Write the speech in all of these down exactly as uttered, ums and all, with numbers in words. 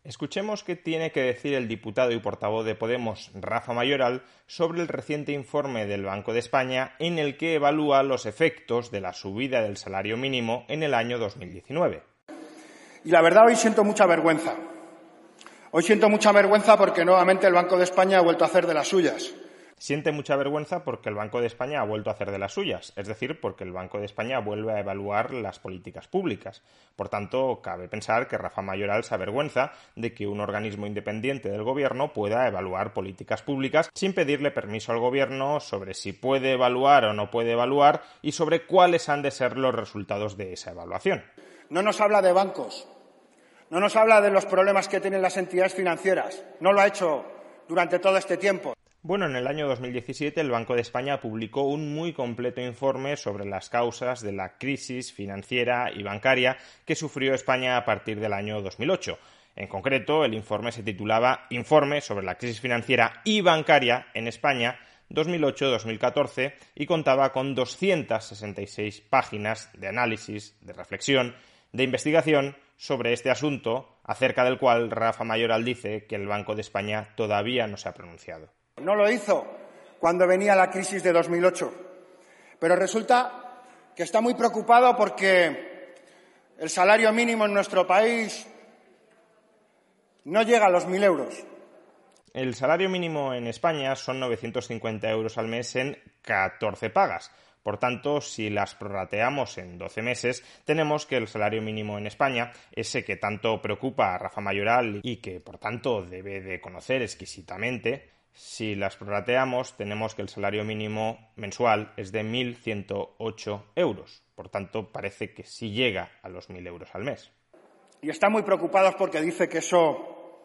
Escuchemos qué tiene que decir el diputado y portavoz de Podemos, Rafa Mayoral, sobre el reciente informe del Banco de España en el que evalúa los efectos de la subida del salario mínimo en el año dos mil diecinueve. Y la verdad, hoy siento mucha vergüenza. Hoy siento mucha vergüenza porque nuevamente el Banco de España ha vuelto a hacer de las suyas. Siente mucha vergüenza porque el Banco de España ha vuelto a hacer de las suyas, es decir, porque el Banco de España vuelve a evaluar las políticas públicas. Por tanto, cabe pensar que Rafa Mayoral se avergüenza de que un organismo independiente del Gobierno pueda evaluar políticas públicas sin pedirle permiso al Gobierno sobre si puede evaluar o no puede evaluar y sobre cuáles han de ser los resultados de esa evaluación. No nos habla de bancos, no nos habla de los problemas que tienen las entidades financieras. No lo ha hecho durante todo este tiempo. Bueno, en el año dos mil diecisiete el Banco de España publicó un muy completo informe sobre las causas de la crisis financiera y bancaria que sufrió España a partir del año dos mil ocho. En concreto, el informe se titulaba Informe sobre la crisis financiera y bancaria en España dos mil ocho a dos mil catorce y contaba con doscientas sesenta y seis páginas de análisis, de reflexión, de investigación sobre este asunto, acerca del cual Rafa Mayoral dice que el Banco de España todavía no se ha pronunciado. No lo hizo cuando venía la crisis de dos mil ocho, pero resulta que está muy preocupado porque el salario mínimo en nuestro país no llega a los mil euros. El salario mínimo en España son novecientos cincuenta euros al mes en catorce pagas. Por tanto, si las prorrateamos en doce meses, tenemos que el salario mínimo en España, ese que tanto preocupa a Rafa Mayoral y que, por tanto, debe de conocer exquisitamente, si las prorrateamos, tenemos que el salario mínimo mensual es de mil ciento ocho euros. Por tanto, parece que sí llega a los mil euros al mes. Y están muy preocupados porque dice que eso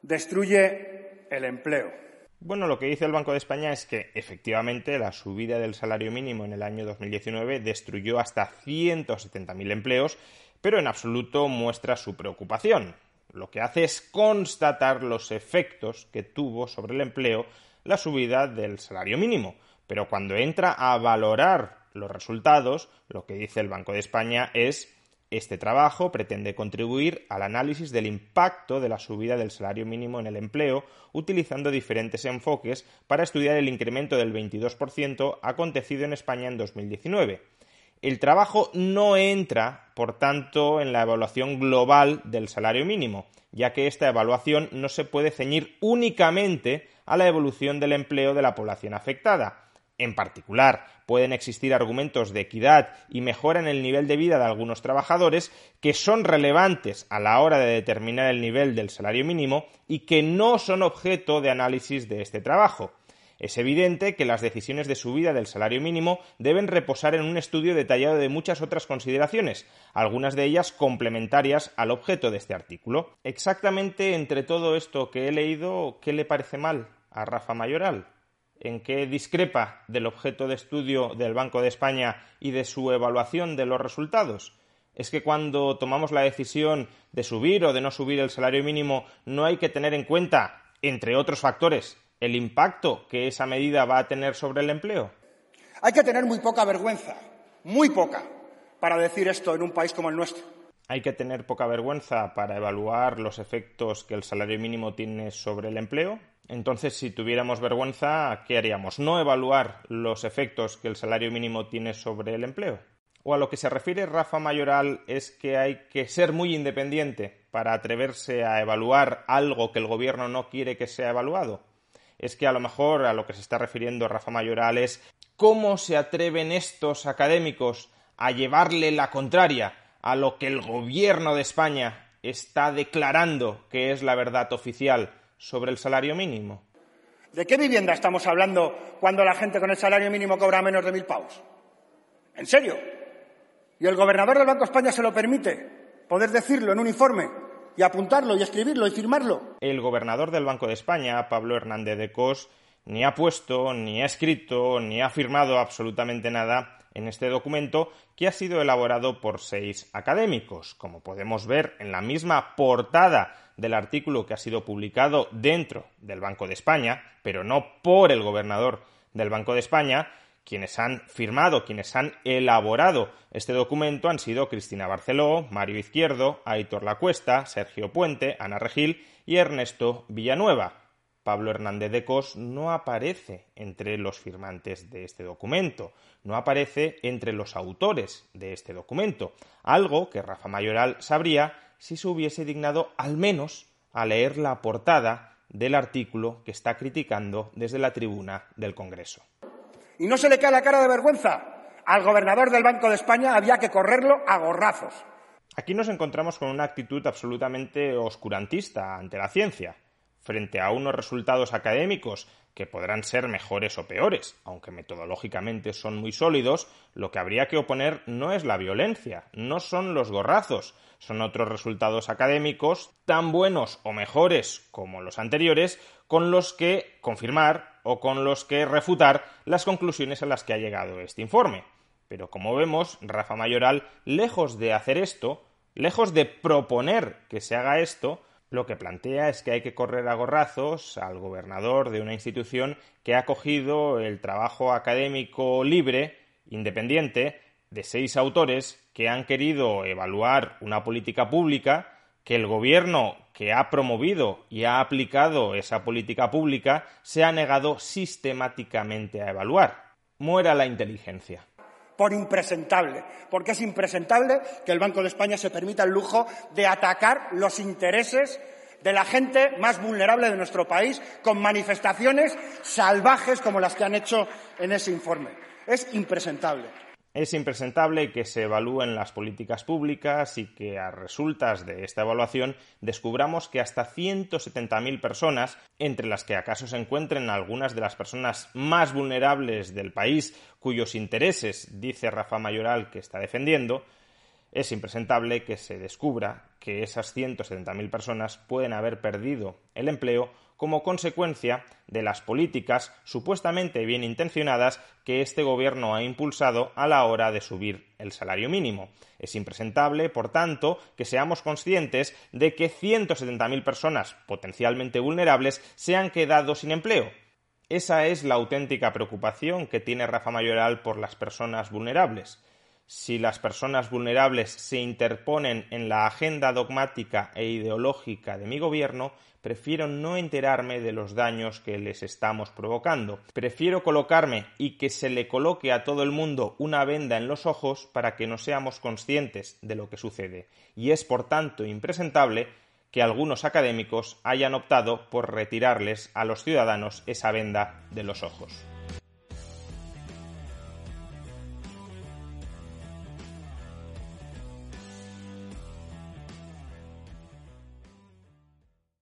destruye el empleo. Bueno, lo que dice el Banco de España es que, efectivamente, la subida del salario mínimo en el año dos mil diecinueve destruyó hasta ciento setenta mil empleos, pero en absoluto muestra su preocupación. Lo que hace es constatar los efectos que tuvo sobre el empleo la subida del salario mínimo. Pero cuando entra a valorar los resultados, lo que dice el Banco de España es: este trabajo pretende contribuir al análisis del impacto de la subida del salario mínimo en el empleo, utilizando diferentes enfoques para estudiar el incremento del veintidós por ciento acontecido en España en dos mil diecinueve. El trabajo no entra, por tanto, en la evaluación global del salario mínimo, ya que esta evaluación no se puede ceñir únicamente a la evolución del empleo de la población afectada. En particular, pueden existir argumentos de equidad y mejora en el nivel de vida de algunos trabajadores que son relevantes a la hora de determinar el nivel del salario mínimo y que no son objeto de análisis de este trabajo. Es evidente que las decisiones de subida del salario mínimo deben reposar en un estudio detallado de muchas otras consideraciones, algunas de ellas complementarias al objeto de este artículo. Exactamente entre todo esto que he leído, ¿qué le parece mal a Rafa Mayoral? ¿En qué discrepa del objeto de estudio del Banco de España y de su evaluación de los resultados? ¿Es que cuando tomamos la decisión de subir o de no subir el salario mínimo no hay que tener en cuenta, entre otros factores, el impacto que esa medida va a tener sobre el empleo? Hay que tener muy poca vergüenza, muy poca, para decir esto en un país como el nuestro. Hay que tener poca vergüenza para evaluar los efectos que el salario mínimo tiene sobre el empleo. Entonces, si tuviéramos vergüenza, ¿qué haríamos? ¿No evaluar los efectos que el salario mínimo tiene sobre el empleo? O a lo que se refiere Rafa Mayoral es que hay que ser muy independiente para atreverse a evaluar algo que el gobierno no quiere que sea evaluado. Es que a lo mejor a lo que se está refiriendo Rafa Mayoral es cómo se atreven estos académicos a llevarle la contraria a lo que el gobierno de España está declarando que es la verdad oficial sobre el salario mínimo. ¿De qué vivienda estamos hablando cuando la gente con el salario mínimo cobra menos de mil pavos? ¿En serio? ¿Y el gobernador del Banco de España se lo permite poder decirlo en un informe y apuntarlo y escribirlo y firmarlo? El gobernador del Banco de España, Pablo Hernández de Cos, ni ha puesto, ni ha escrito, ni ha firmado absolutamente nada en este documento que ha sido elaborado por seis académicos. Como podemos ver en la misma portada del artículo que ha sido publicado dentro del Banco de España, pero no por el gobernador del Banco de España, Quienes han firmado, quienes han elaborado este documento han sido Cristina Barceló, Mario Izquierdo, Aitor Lacuesta, Sergio Puente, Ana Regil y Ernesto Villanueva. Pablo Hernández de Cos no aparece entre los firmantes de este documento, no aparece entre los autores de este documento, algo que Rafa Mayoral sabría si se hubiese dignado al menos a leer la portada del artículo que está criticando desde la tribuna del Congreso. ¿Y no se le cae la cara de vergüenza? Al gobernador del Banco de España había que correrlo a gorrazos. Aquí nos encontramos con una actitud absolutamente oscurantista ante la ciencia. Frente a unos resultados académicos que podrán ser mejores o peores, aunque metodológicamente son muy sólidos, lo que habría que oponer no es la violencia, no son los gorrazos, son otros resultados académicos tan buenos o mejores como los anteriores, con los que confirmar o con los que refutar las conclusiones a las que ha llegado este informe. Pero como vemos, Rafa Mayoral, lejos de hacer esto, lejos de proponer que se haga esto, lo que plantea es que hay que correr a gorrazos al gobernador de una institución que ha cogido el trabajo académico libre, independiente, de seis autores que han querido evaluar una política pública que el gobierno que ha promovido y ha aplicado esa política pública se ha negado sistemáticamente a evaluar. Muera la inteligencia. Por impresentable, porque es impresentable que el Banco de España se permita el lujo de atacar los intereses de la gente más vulnerable de nuestro país con manifestaciones salvajes como las que han hecho en ese informe. Es impresentable. Es impresentable que se evalúen las políticas públicas y que a resultas de esta evaluación descubramos que hasta ciento setenta mil personas, entre las que acaso se encuentren algunas de las personas más vulnerables del país cuyos intereses dice Rafa Mayoral que está defendiendo, es impresentable que se descubra que esas ciento setenta mil personas pueden haber perdido el empleo como consecuencia de las políticas supuestamente bien intencionadas que este gobierno ha impulsado a la hora de subir el salario mínimo. Es impresentable, por tanto, que seamos conscientes de que ciento setenta mil personas potencialmente vulnerables se han quedado sin empleo. Esa es la auténtica preocupación que tiene Rafa Mayoral por las personas vulnerables. Si las personas vulnerables se interponen en la agenda dogmática e ideológica de mi gobierno, prefiero no enterarme de los daños que les estamos provocando. Prefiero colocarme y que se le coloque a todo el mundo una venda en los ojos para que no seamos conscientes de lo que sucede. Y es, por tanto, impresentable que algunos académicos hayan optado por retirarles a los ciudadanos esa venda de los ojos.